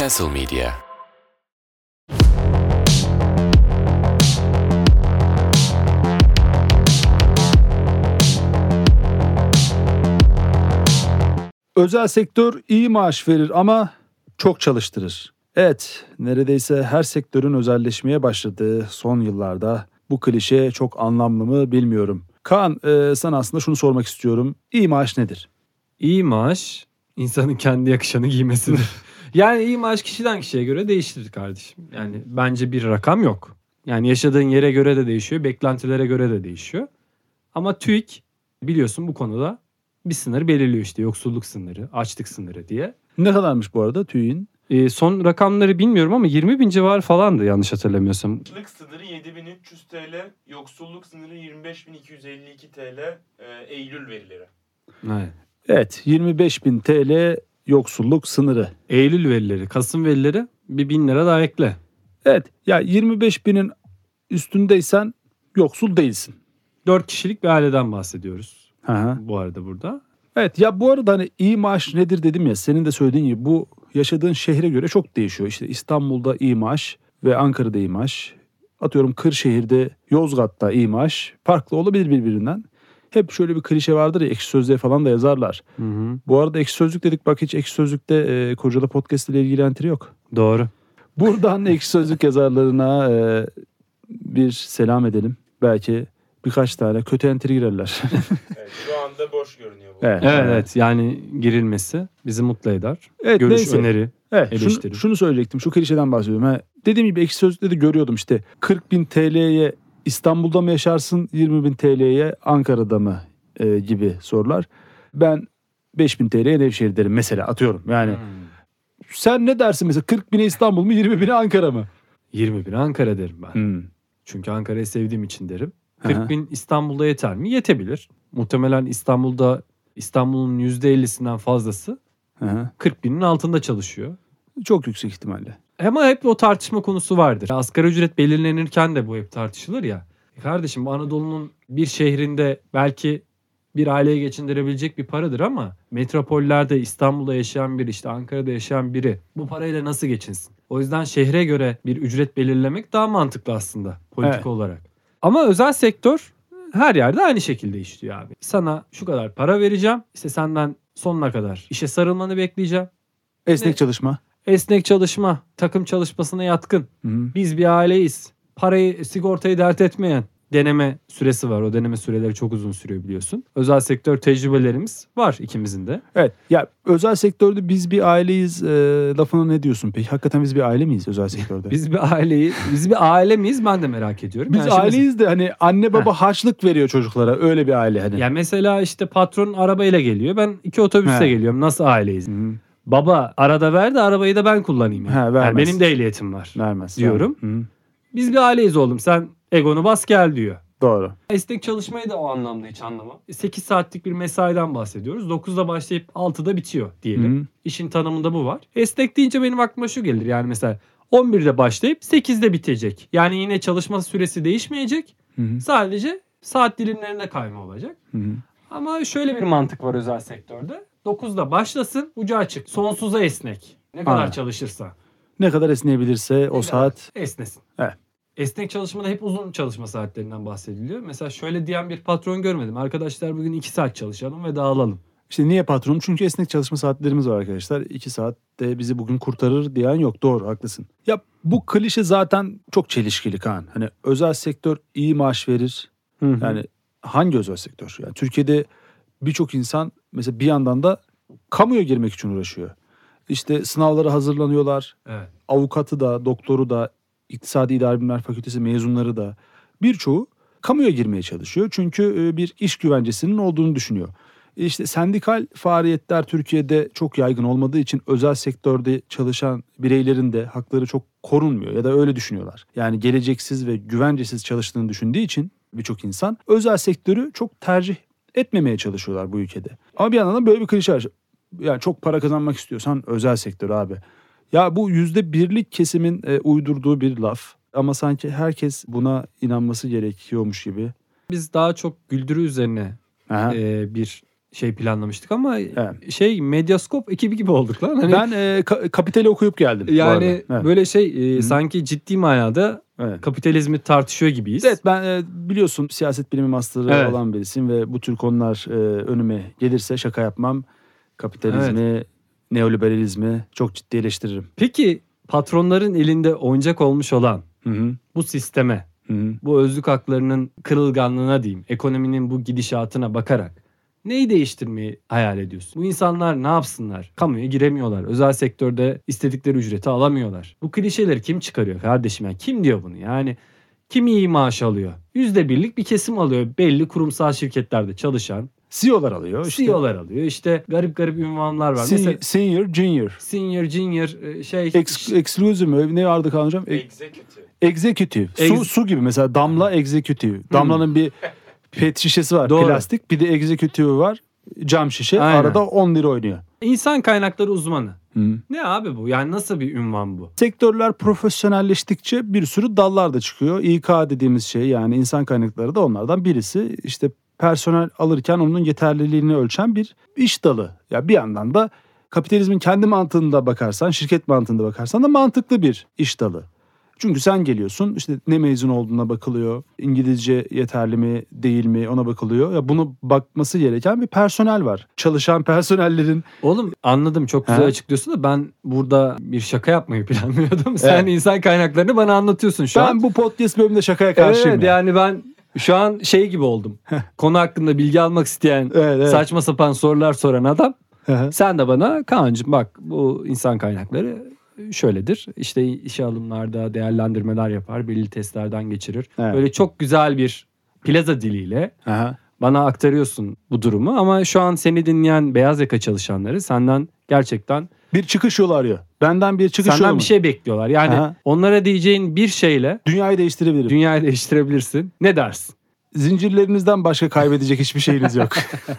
Castle Media. Özel sektör iyi maaş verir ama çok çalıştırır. Evet, neredeyse her sektörün özelleşmeye başladığı son yıllarda bu klişe çok anlamlı mı bilmiyorum. Kaan, sana aslında şunu sormak istiyorum. İyi maaş nedir? İyi maaş insanın kendi yakışanı giymesidir. Yani iyi maaş kişiden kişiye göre değişir kardeşim. Yani bence bir rakam yok. Yani yaşadığın yere göre de değişiyor, beklentilere göre de değişiyor. Ama TÜİK biliyorsun bu konuda bir sınır belirliyor, işte yoksulluk sınırı, açlık sınırı diye. Ne kadarmış bu arada TÜİK'in? Son rakamları bilmiyorum ama 20 bin civarı falandı yanlış hatırlamıyorsam. Açlık sınırı 7.300 TL, yoksulluk sınırı 25.252 TL, Eylül verileri. Evet, 25.000 TL yoksulluk sınırı. Eylül verileri, Kasım verileri bir 1000 lira daha ekle. Evet, ya 25.000'in üstündeysen yoksul değilsin. 4 kişilik bir aileden bahsediyoruz Hı. bu arada burada. Evet, ya bu arada hani iyi maaş nedir dedim ya, senin de söylediğin gibi bu yaşadığın şehre göre çok değişiyor. İşte İstanbul'da iyi maaş ve Ankara'da iyi maaş. Atıyorum Kırşehir'de, Yozgat'ta iyi maaş farklı olabilir birbirinden. Hep şöyle bir klişe vardır ya, Ekşi Sözlüğe falan da yazarlar. Hı. Bu arada Ekşi Sözlük dedik, bak hiç Ekşi Sözlük'te Kocada Podcast ile ilgili entry yok. Doğru. Buradan Ekşi Sözlük yazarlarına bir selam edelim. Belki birkaç tane kötü entry girerler. Evet, şu anda boş görünüyor bu. Evet, yani girilmesi bizi mutlu eder. Evet, Görüş, neyse. öneri, Evet, eleştiri. şunu söyleyecektim. Şu klişeden bahsediyorum. Dediğim gibi Ekşi Sözlük'te de görüyordum işte. 40.000 TL'ye İstanbul'da mı yaşarsın, 20.000 TL'ye Ankara'da mı gibi sorular. Ben 5.000 TL'ye Nevşehir derim mesela, atıyorum. Yani sen ne dersin mesela, 40.000'e İstanbul mu, 20.000'e Ankara mı? 20 bin Ankara derim ben. Çünkü Ankara'yı sevdiğim için derim. 40 bin İstanbul'da yeter mi? Yetebilir. Muhtemelen İstanbul'un %50'sinden fazlası 40 binin altında çalışıyor. Çok yüksek ihtimalle. Ama hep o tartışma konusu vardır. Asgari ücret belirlenirken de bu hep tartışılır ya. Kardeşim, bu Anadolu'nun bir şehrinde belki bir aileye geçindirebilecek bir paradır ama metropollerde, İstanbul'da yaşayan biri, işte Ankara'da yaşayan biri bu parayla nasıl geçinsin? O yüzden şehre göre bir ücret belirlemek daha mantıklı aslında politik olarak. Ama özel sektör her yerde aynı şekilde işliyor abi. Sana şu kadar para vereceğim, işte senden sonuna kadar işe sarılmanı bekleyeceğim. Esnek çalışma. Esnek çalışma, takım çalışmasına yatkın. Biz bir aileyiz. Parayı, sigortayı dert etmeyen. Deneme süresi var. O deneme süreleri çok uzun sürüyor biliyorsun. Özel sektör tecrübelerimiz var ikimizin de. Evet, ya özel sektörde biz bir aileyiz lafına ne diyorsun peki? Hakikaten biz bir aile miyiz özel sektörde? Biz bir aile miyiz? Ben de merak ediyorum. Biz yani aileyiz de hani anne baba harçlık veriyor çocuklara, öyle bir aile hani. Ya mesela işte patron arabayla geliyor. Ben 2 otobüsle geliyorum. Nasıl aileyiz? Hı-hı. Baba arada ver de arabayı da ben kullanayım. Yani benim de ehliyetim var. Vermez. Diyorum. Hı-hı. Biz bir aileyiz oğlum. Sen egonu bas gel diyor. Doğru. Esnek çalışmayı da o anlamda hiç anlamam. 8 saatlik bir mesaiden bahsediyoruz. 9'da başlayıp 6'da bitiyor diyelim. Hı-hı. İşin tanımında bu var. Esnek deyince benim aklıma şu gelir. Yani mesela 11'de başlayıp 8'de bitecek. Yani yine çalışma süresi değişmeyecek. Hı-hı. Sadece saat dilimlerine kayma olacak. Hı-hı. Ama şöyle bir mantık var özel sektörde. 9'da başlasın, ucu açık. Sonsuza esnek. Ne kadar çalışırsa. Ne kadar esneyebilirse o saat. Esnesin. Evet. Esnek çalışmada hep uzun çalışma saatlerinden bahsediliyor. Mesela şöyle diyen bir patron görmedim. Arkadaşlar bugün 2 saat çalışalım ve dağılalım. İşte niye patron? Çünkü esnek çalışma saatlerimiz var arkadaşlar. 2 saatte bizi bugün kurtarır diyen yok. Doğru, haklısın. Ya bu klişe zaten çok çelişkili Kaan. Hani özel sektör iyi maaş verir. Yani hangi özel sektör? Yani Türkiye'de birçok insan mesela bir yandan da kamuya girmek için uğraşıyor. İşte sınavlara hazırlanıyorlar. Evet. Avukatı da, doktoru da, İktisadi İdari Bilimler Fakültesi mezunları da birçoğu kamuya girmeye çalışıyor. Çünkü bir iş güvencesinin olduğunu düşünüyor. İşte sendikal faaliyetler Türkiye'de çok yaygın olmadığı için özel sektörde çalışan bireylerin de hakları çok korunmuyor ya da öyle düşünüyorlar. Yani geleceksiz ve güvencesiz çalıştığını düşündüğü için birçok insan özel sektörü çok tercih etmemeye çalışıyorlar bu ülkede. Ama bir yandan da böyle bir klişe var. Yani çok para kazanmak istiyorsan özel sektör abi. Ya bu %1'lik kesimin uydurduğu bir laf. Ama sanki herkes buna inanması gerekiyormuş gibi. Biz daha çok güldürü üzerine bir planlamıştık ama Evet. Medyaskop ekibi gibi olduk lan. Hani Ben Kapital'i okuyup geldim. yani Evet. böyle sanki ciddi manada kapitalizmi tartışıyor gibiyiz. Evet, ben biliyorsun siyaset bilimi master'ı olan birisiyim ve bu tür konular önüme gelirse şaka yapmam. Kapitalizmi, neoliberalizmi çok ciddi eleştiririm. Peki patronların elinde oyuncak olmuş olan bu sisteme, bu özlük haklarının kırılganlığına diyeyim, ekonominin bu gidişatına bakarak neyi değiştirmeyi hayal ediyorsun? Bu insanlar ne yapsınlar? Kamuya giremiyorlar. Özel sektörde istedikleri ücreti alamıyorlar. Bu klişeleri kim çıkarıyor kardeşim? Yani kim diyor bunu? Yani kim iyi maaş alıyor? %1'lik bir kesim alıyor. Belli kurumsal şirketlerde çalışan. CEO'lar alıyor. CEO'lar alıyor. İşte garip ünvanlar var. Mesela Senior, Junior. Exclusive mi? Ne vardı Kaan hocam? Executive. Su gibi mesela damla executive. Damlanın bir pet şişesi var. Doğru. Plastik. Bir de executive var. Cam şişe. Aynen. Arada 10 lira oynuyor. İnsan kaynakları uzmanı. Ne abi bu? Yani nasıl bir ünvan bu? Sektörler profesyonelleştikçe bir sürü dallar da çıkıyor. İK dediğimiz şey, yani insan kaynakları da onlardan birisi. İşte personel alırken onun yeterliliğini ölçen bir iş dalı. Ya bir yandan da kapitalizmin kendi mantığında bakarsan, şirket mantığında bakarsan da mantıklı bir iş dalı. Çünkü sen geliyorsun, işte ne mezun olduğuna bakılıyor, İngilizce yeterli mi değil mi ona bakılıyor. Ya bunu bakması gereken bir personel var. Çalışan personellerin... Oğlum anladım, çok güzel açıklıyorsun da ben burada bir şaka yapmayı planlıyordum. Sen insan kaynaklarını bana anlatıyorsun şu an. Ben bu podcast bölümünde şakaya karşıyım. Evet yani ben şu an gibi oldum. Konu hakkında bilgi almak isteyen, saçma sapan sorular soran adam. Sen de bana Kaan'cığım bak bu insan kaynakları şöyledir. İşte işe alımlarda değerlendirmeler yapar, belli testlerden geçirir. Evet. Böyle çok güzel bir plaza diliyle bana aktarıyorsun bu durumu. Ama şu an seni dinleyen beyaz yaka çalışanları senden gerçekten bir çıkış yolu arıyor. Benden bir çıkış yolu. Senden bir şey bekliyorlar. Yani onlara diyeceğin bir şeyle dünyayı değiştirebilirim. Dünyayı değiştirebilirsin. Ne dersin? Zincirlerinizden başka kaybedecek hiçbir şeyiniz yok.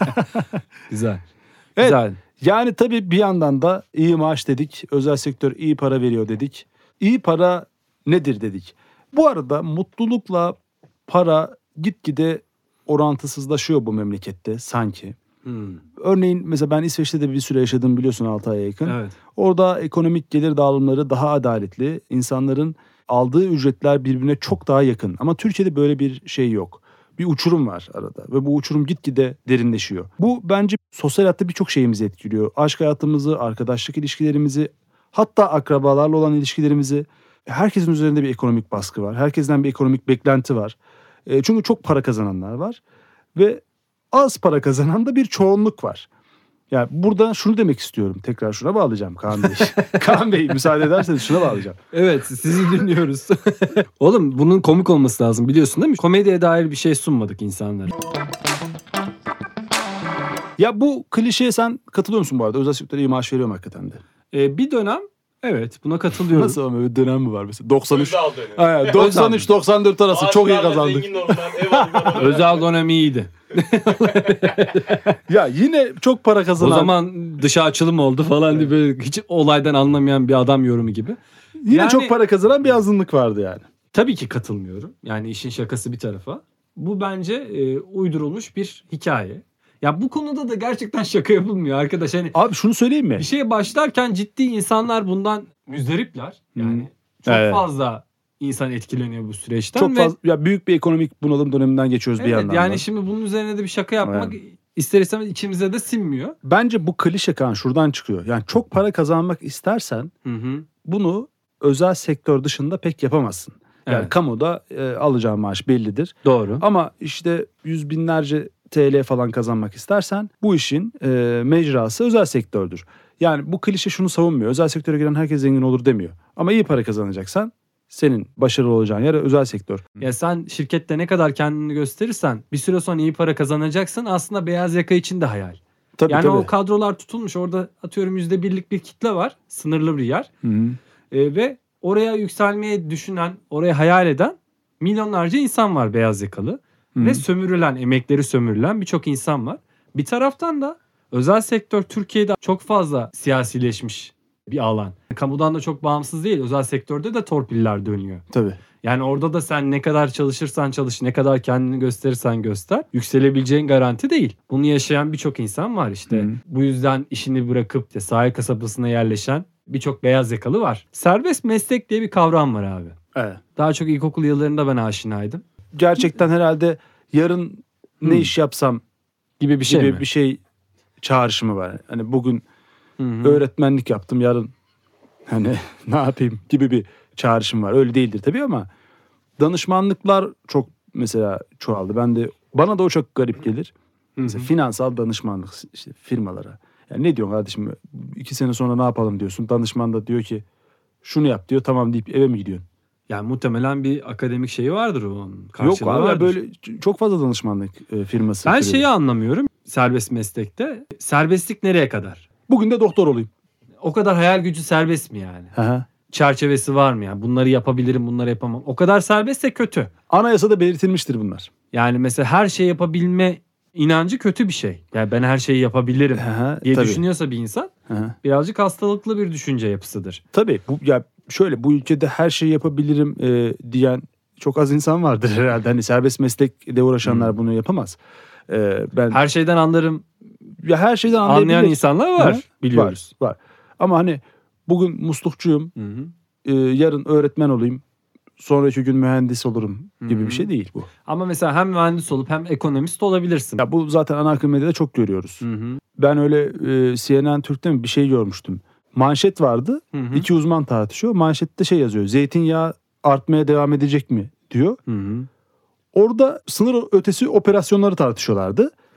Güzel. Evet. Güzel. Yani tabii bir yandan da iyi maaş dedik, özel sektör iyi para veriyor dedik. İyi para nedir dedik. Bu arada mutlulukla para gitgide orantısızlaşıyor bu memlekette sanki. Örneğin mesela ben İsveç'te de bir süre yaşadım, biliyorsun, 6 aya yakın. Evet. Orada ekonomik gelir dağılımları daha adaletli. İnsanların aldığı ücretler birbirine çok daha yakın. Ama Türkiye'de böyle bir şey yok. Bir uçurum var arada ve bu uçurum gitgide derinleşiyor. Bu bence sosyal hayatta birçok şeyimizi etkiliyor. Aşk hayatımızı, arkadaşlık ilişkilerimizi, hatta akrabalarla olan ilişkilerimizi. Herkesin üzerinde bir ekonomik baskı var. Herkesten bir ekonomik beklenti var. Çünkü çok para kazananlar var ve az para kazanan da bir çoğunluk var. Yani burada şunu demek istiyorum. Tekrar şuna bağlayacağım Kaan Bey. Kaan Bey müsaade ederseniz şuna bağlayacağım. Evet, sizi dinliyoruz. Oğlum bunun komik olması lazım, biliyorsun değil mi? Komediye dair bir şey sunmadık insanlara. Ya bu klişeye sen katılıyor musun bu arada? Özel sektöre iyi maaş veriyor mu hakikaten de? Bir dönem evet buna katılıyorum. Nasıl ama bir dönem mi var mesela? 93. Özal dönemi. 93-94 arası çok iyi kazandık. Özel dönem iyiydi. Ya yine çok para kazanan. O zaman dışa açılım oldu falan diye böyle hiç olaydan anlamayan bir adam yorumu gibi. Yine çok para kazanan bir azınlık vardı yani. Tabii ki katılmıyorum. Yani işin şakası bir tarafa. Bu bence uydurulmuş bir hikaye. Ya bu konuda da gerçekten şaka yapılmıyor arkadaş. Hani abi şunu söyleyeyim mi? Bir şeye başlarken ciddi insanlar bundan müzdaripler. Yani çok fazla insan etkileniyor bu süreçten. Çok fazla, ya büyük bir ekonomik bunalım döneminden geçiyoruz bir yandan. Yani şimdi bunun üzerine de bir şaka yapmak ister istemez içimize de sinmiyor. Bence bu klişe Kaan şuradan çıkıyor. Yani çok para kazanmak istersen bunu özel sektör dışında pek yapamazsın. Yani kamuda alacağın maaş bellidir. Doğru. Ama işte yüz binlerce TL falan kazanmak istersen bu işin mecrası özel sektördür. Yani bu klişe şunu savunmuyor. Özel sektöre giren herkes zengin olur demiyor. Ama iyi para kazanacaksan senin başarılı olacağın yer özel sektör. Ya sen şirkette ne kadar kendini gösterirsen bir süre sonra iyi para kazanacaksın. Aslında beyaz yaka için de hayal. Tabii. O kadrolar tutulmuş. Orada atıyorum %1'lik bir kitle var. Sınırlı bir yer. Ve oraya yükselmeye düşünen, oraya hayal eden milyonlarca insan var beyaz yakalı. Ve sömürülen, emekleri sömürülen birçok insan var. Bir taraftan da özel sektör Türkiye'de çok fazla siyasileşmiş bir alan. Kamudan da çok bağımsız değil. Özel sektörde de torpiller dönüyor. Tabii. Yani orada da sen ne kadar çalışırsan çalış, ne kadar kendini gösterirsen göster, yükselebileceğin garanti değil. Bunu yaşayan birçok insan var işte. Hı. Bu yüzden işini bırakıp sahil kasabasına yerleşen birçok beyaz yakalı var. Serbest meslek diye bir kavram var abi. Evet. Daha çok ilkokul yıllarında ben aşinaydım. Gerçekten herhalde yarın ne iş yapsam Gibi bir şey gibi mi? bir şey çağrışımı var. Hani bugün Hı. öğretmenlik yaptım, yarın hani ne yapayım gibi bir çağrışım var. Öyle değildir tabii ama danışmanlıklar çok mesela çoğaldı. Bana da o çok garip gelir. Mesela finansal danışmanlık işte firmalara. Yani ne diyorsun kardeşim, 2 sene sonra ne yapalım diyorsun. Danışman da diyor ki şunu yap diyor, tamam deyip eve mi gidiyorsun? Yani muhtemelen bir akademik şeyi vardır onun. Yok Karşılığı abi, vardır. böyle çok fazla danışmanlık firması. Ben türevi. şeyi anlamıyorum serbest meslekte. Serbestlik nereye kadar? Bugün de doktor olayım. O kadar hayal gücü serbest mi yani? Hı. Çerçevesi var mı yani? Bunları yapabilirim, bunları yapamam. O kadar serbestse kötü. Anayasada belirtilmiştir bunlar. Yani mesela her şey yapabilme inancı kötü bir şey. Yani ben her şeyi yapabilirim Hı, diye tabii. düşünüyorsa bir insan Hı. birazcık hastalıklı bir düşünce yapısıdır. Tabii bu ülkede her şeyi yapabilirim diyen çok az insan vardır herhalde. Hani serbest meslekle uğraşanlar bunu yapamaz. Ben Her şeyden anlarım her şeyden anlayan anlayabilir. insanlar var, Hı, biliyoruz. Var. Ama hani bugün muslukçuyum, Hı hı. yarın öğretmen olayım, sonraki gün mühendis olurum gibi Hı hı. bir şey değil bu. Ama mesela hem mühendis olup hem ekonomist olabilirsin. Ya bu zaten ana akım medyada çok görüyoruz. Hı hı. Ben öyle CNN Türk'te mi bir şey görmüştüm. Manşet vardı. Hı hı. 2 uzman tartışıyor. Manşette şey yazıyor. Zeytinyağı artmaya devam edecek mi diyor. Hı hı. Orada sınır ötesi operasyonları tartışıyorlardı. Hı.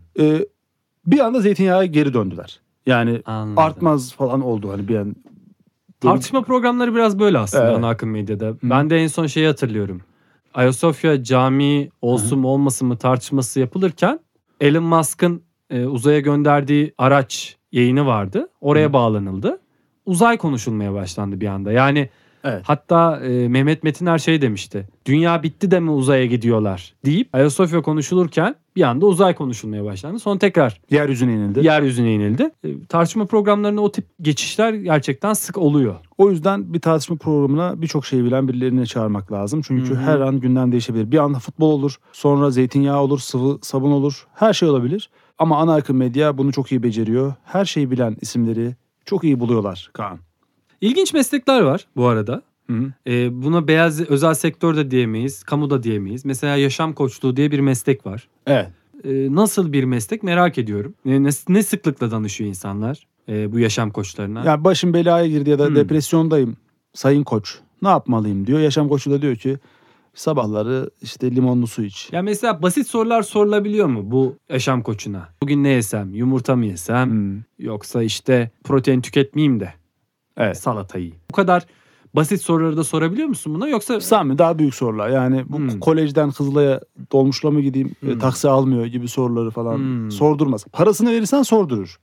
Bir anda zeytinyağı geri döndüler. Yani Anladım. artmaz falan oldu hani bir an. Tartışma programları biraz böyle aslında Evet. ana akım medyada. Ben de en son şeyi hatırlıyorum. Ayasofya Camii olsun mu olmasın mı tartışması yapılırken Elon Musk'ın uzaya gönderdiği araç yayını vardı. Oraya bağlanıldı. Uzay konuşulmaya başlandı bir anda. Yani Evet. hatta Mehmet Metiner şey demişti. Dünya bitti de mi uzaya gidiyorlar deyip Ayasofya konuşulurken bir anda uzay konuşulmaya başlandı. Sonra tekrar Yeryüzüne inildi. yeryüzüne inildi. Tartışma programlarında o tip geçişler gerçekten sık oluyor. O yüzden bir tartışma programına birçok şey bilen birilerini çağırmak lazım. Çünkü her an gündem değişebilir. Bir anda futbol olur, sonra zeytinyağı olur, sıvı sabun olur. Her şey olabilir. Ama ana akım medya bunu çok iyi beceriyor. Her şeyi bilen isimleri çok iyi buluyorlar Kaan. İlginç meslekler var bu arada. Hı. Buna beyaz özel sektörde diyemeyiz, kamuda diyemeyiz. Mesela yaşam koçluğu diye bir meslek var. Evet. Nasıl bir meslek merak ediyorum. Ne sıklıkla danışıyor insanlar bu yaşam koçlarına? Yani başım belaya girdi ya da depresyondayım sayın koç. Ne yapmalıyım diyor. Yaşam koçu da diyor ki sabahları işte limonlu su iç. Ya mesela basit sorular sorulabiliyor mu bu yaşam koçuna? Bugün ne yesem? Yumurta mı yesem? Yoksa işte protein tüketmeyeyim de Evet. salata yiyeyim. Bu kadar basit soruları da sorabiliyor musun buna? Yoksa Sami daha büyük sorular. Yani bu kolejden Kızılay'a dolmuşla mı gideyim taksi almıyor gibi soruları falan sordurmaz. Parasını verirsen sordurur.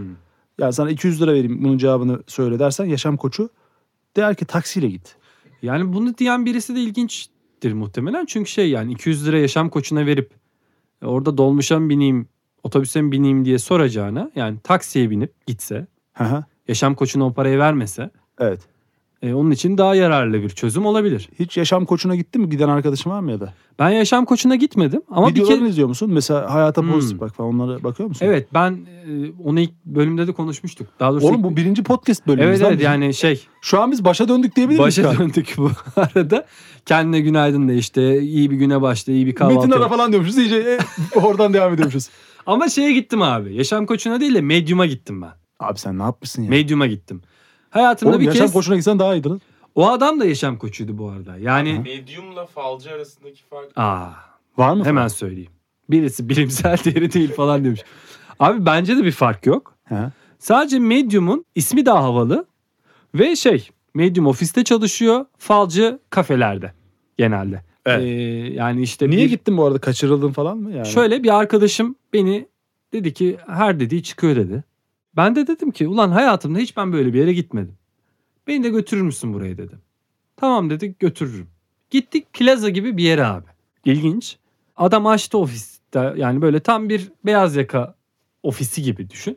Yani sana 200 lira vereyim bunun cevabını söyle dersen yaşam koçu der ki taksiyle git. Yani bunu diyen birisi de ilginçtir muhtemelen. Çünkü yani 200 lira yaşam koçuna verip orada dolmuşa mı bineyim, otobüse mi bineyim diye soracağına yani taksiye binip gitse, yaşam koçuna o parayı vermese Evet. Onun için daha yararlı bir çözüm olabilir. Hiç yaşam koçuna gittin mi? Giden arkadaşın var mı ya da? Ben yaşam koçuna gitmedim ama videolarını izliyor musun? Mesela Hayata Pozitif bak falan, onlara bakıyor musun? Evet, ben onu ilk bölümde de konuşmuştuk. Daha doğrusu Oğlum bu birinci podcast bölümümüz. Evet yani Şu an biz başa döndük diyebilir miyiz? Başa döndük bu arada. Kendine günaydın da işte iyi bir güne başla, iyi bir kahvaltı. Metin ara falan diyormuşuz. İyice oradan devam ediyormuşuz. Ama şeye gittim abi. Yaşam koçuna değil de Medium'a gittim ben. Abi sen ne yapmışsın ya? Medium'a gittim. Hayatımda oğlum, bir yaşam kez... koçuna gitsen daha iyiydi lan. O adam da yaşam koçuydu bu arada. Yani... Medium'la falcı arasındaki fark... Var mı? Hemen söyleyeyim. Birisi bilimsel değeri değil falan demiş. Abi bence de bir fark yok. Sadece Medium'un ismi daha havalı. Ve Medium ofiste çalışıyor. Falcı kafelerde genelde. Evet. Yani işte... Niye gittin bu arada? Kaçırıldın falan mı yani? Şöyle bir arkadaşım beni dedi ki her dediği çıkıyor dedi. Ben de dedim ki ulan hayatımda hiç ben böyle bir yere gitmedim. Beni de götürür müsün buraya dedim. Tamam dedik, götürürüm. Gittik plaza gibi bir yere abi. İlginç. Adam açtı ofiste, yani böyle tam bir beyaz yaka ofisi gibi düşün.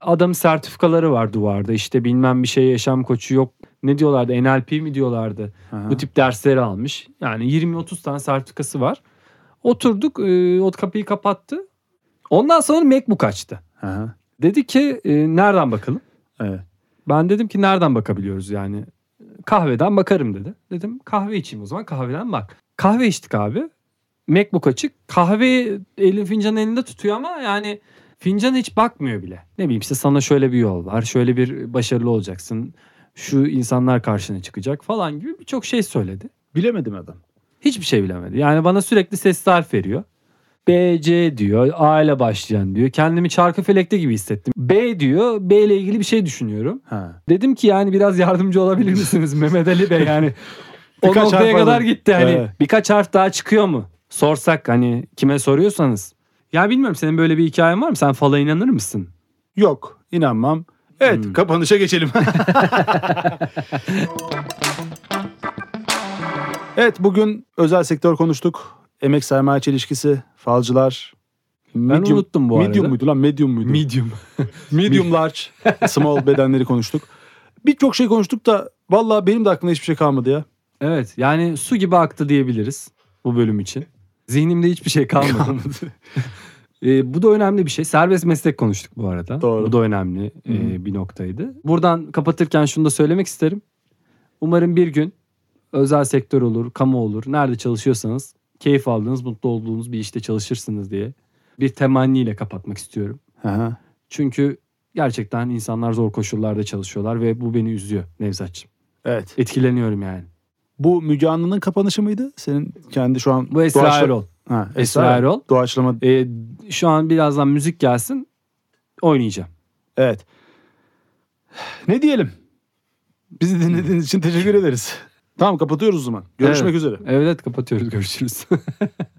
Adamın sertifikaları var duvarda. İşte bilmem bir şey yaşam koçu yok. Ne diyorlardı? NLP mi diyorlardı? Aha. Bu tip dersleri almış. Yani 20-30 tane sertifikası var. Oturduk, o kapıyı kapattı. Ondan sonra MacBook açtı. Aha. Dedi ki nereden bakalım? Evet. Ben dedim ki nereden bakabiliyoruz yani? Kahveden bakarım dedi. Dedim kahve içeyim o zaman, kahveden bak. Kahve içtik abi. MacBook açık. Kahve fincanın elinde tutuyor ama yani fincana hiç bakmıyor bile. Ne bileyim işte sana şöyle bir yol var. Şöyle bir başarılı olacaksın. Şu insanlar karşına çıkacak falan gibi birçok şey söyledi. Bilemedim adam. Hiçbir şey bilemedi. Yani bana sürekli sesli harf veriyor. B, C diyor. A ile başlayan diyor. Kendimi Çarkıfelek'te gibi hissettim. B diyor. B ile ilgili bir şey düşünüyorum. Ha. Dedim ki yani biraz yardımcı olabilir misiniz Mehmet Ali Bey? Yani o Birkaç noktaya harf kadar alın. gitti. Hani Evet. birkaç harf daha çıkıyor mu? Sorsak hani kime soruyorsanız. Ya bilmiyorum, senin böyle bir hikayen var mı? Sen fala inanır mısın? Yok, inanmam. Evet, kapanışa geçelim. Evet, bugün özel sektör konuştuk. Emek sermaye çelişkisi, falcılar. Ben unuttum bu arada. Medium muydu lan? Medium muydu? Medium. Medium large, small bedenleri konuştuk. Birçok şey konuştuk da vallahi benim de aklımda hiçbir şey kalmadı ya. Evet, yani su gibi aktı diyebiliriz bu bölüm için. Zihnimde hiçbir şey kalmadı. Bu da önemli bir şey. Serbest meslek konuştuk bu arada. Doğru. Bu da önemli bir noktaydı. Buradan kapatırken şunu da söylemek isterim. Umarım bir gün özel sektör olur, kamu olur, nerede çalışıyorsanız keyif aldığınız, mutlu olduğunuz bir işte çalışırsınız diye bir temenniyle kapatmak istiyorum. Aha. Çünkü gerçekten insanlar zor koşullarda çalışıyorlar ve bu beni üzüyor Nevzat'cığım. Evet. Etkileniyorum yani. Bu Müge Anlı'nın kapanışı mıydı? Senin kendi şu an... Bu Esra Erol. Ha, Esra Erol. Doğaçlama. Şu an birazdan müzik gelsin, oynayacağım. Evet. Ne diyelim? Bizi dinlediğiniz için teşekkür ederiz. Tamam, kapatıyoruz o zaman. Görüşmek üzere. Evet, kapatıyoruz. Görüşürüz.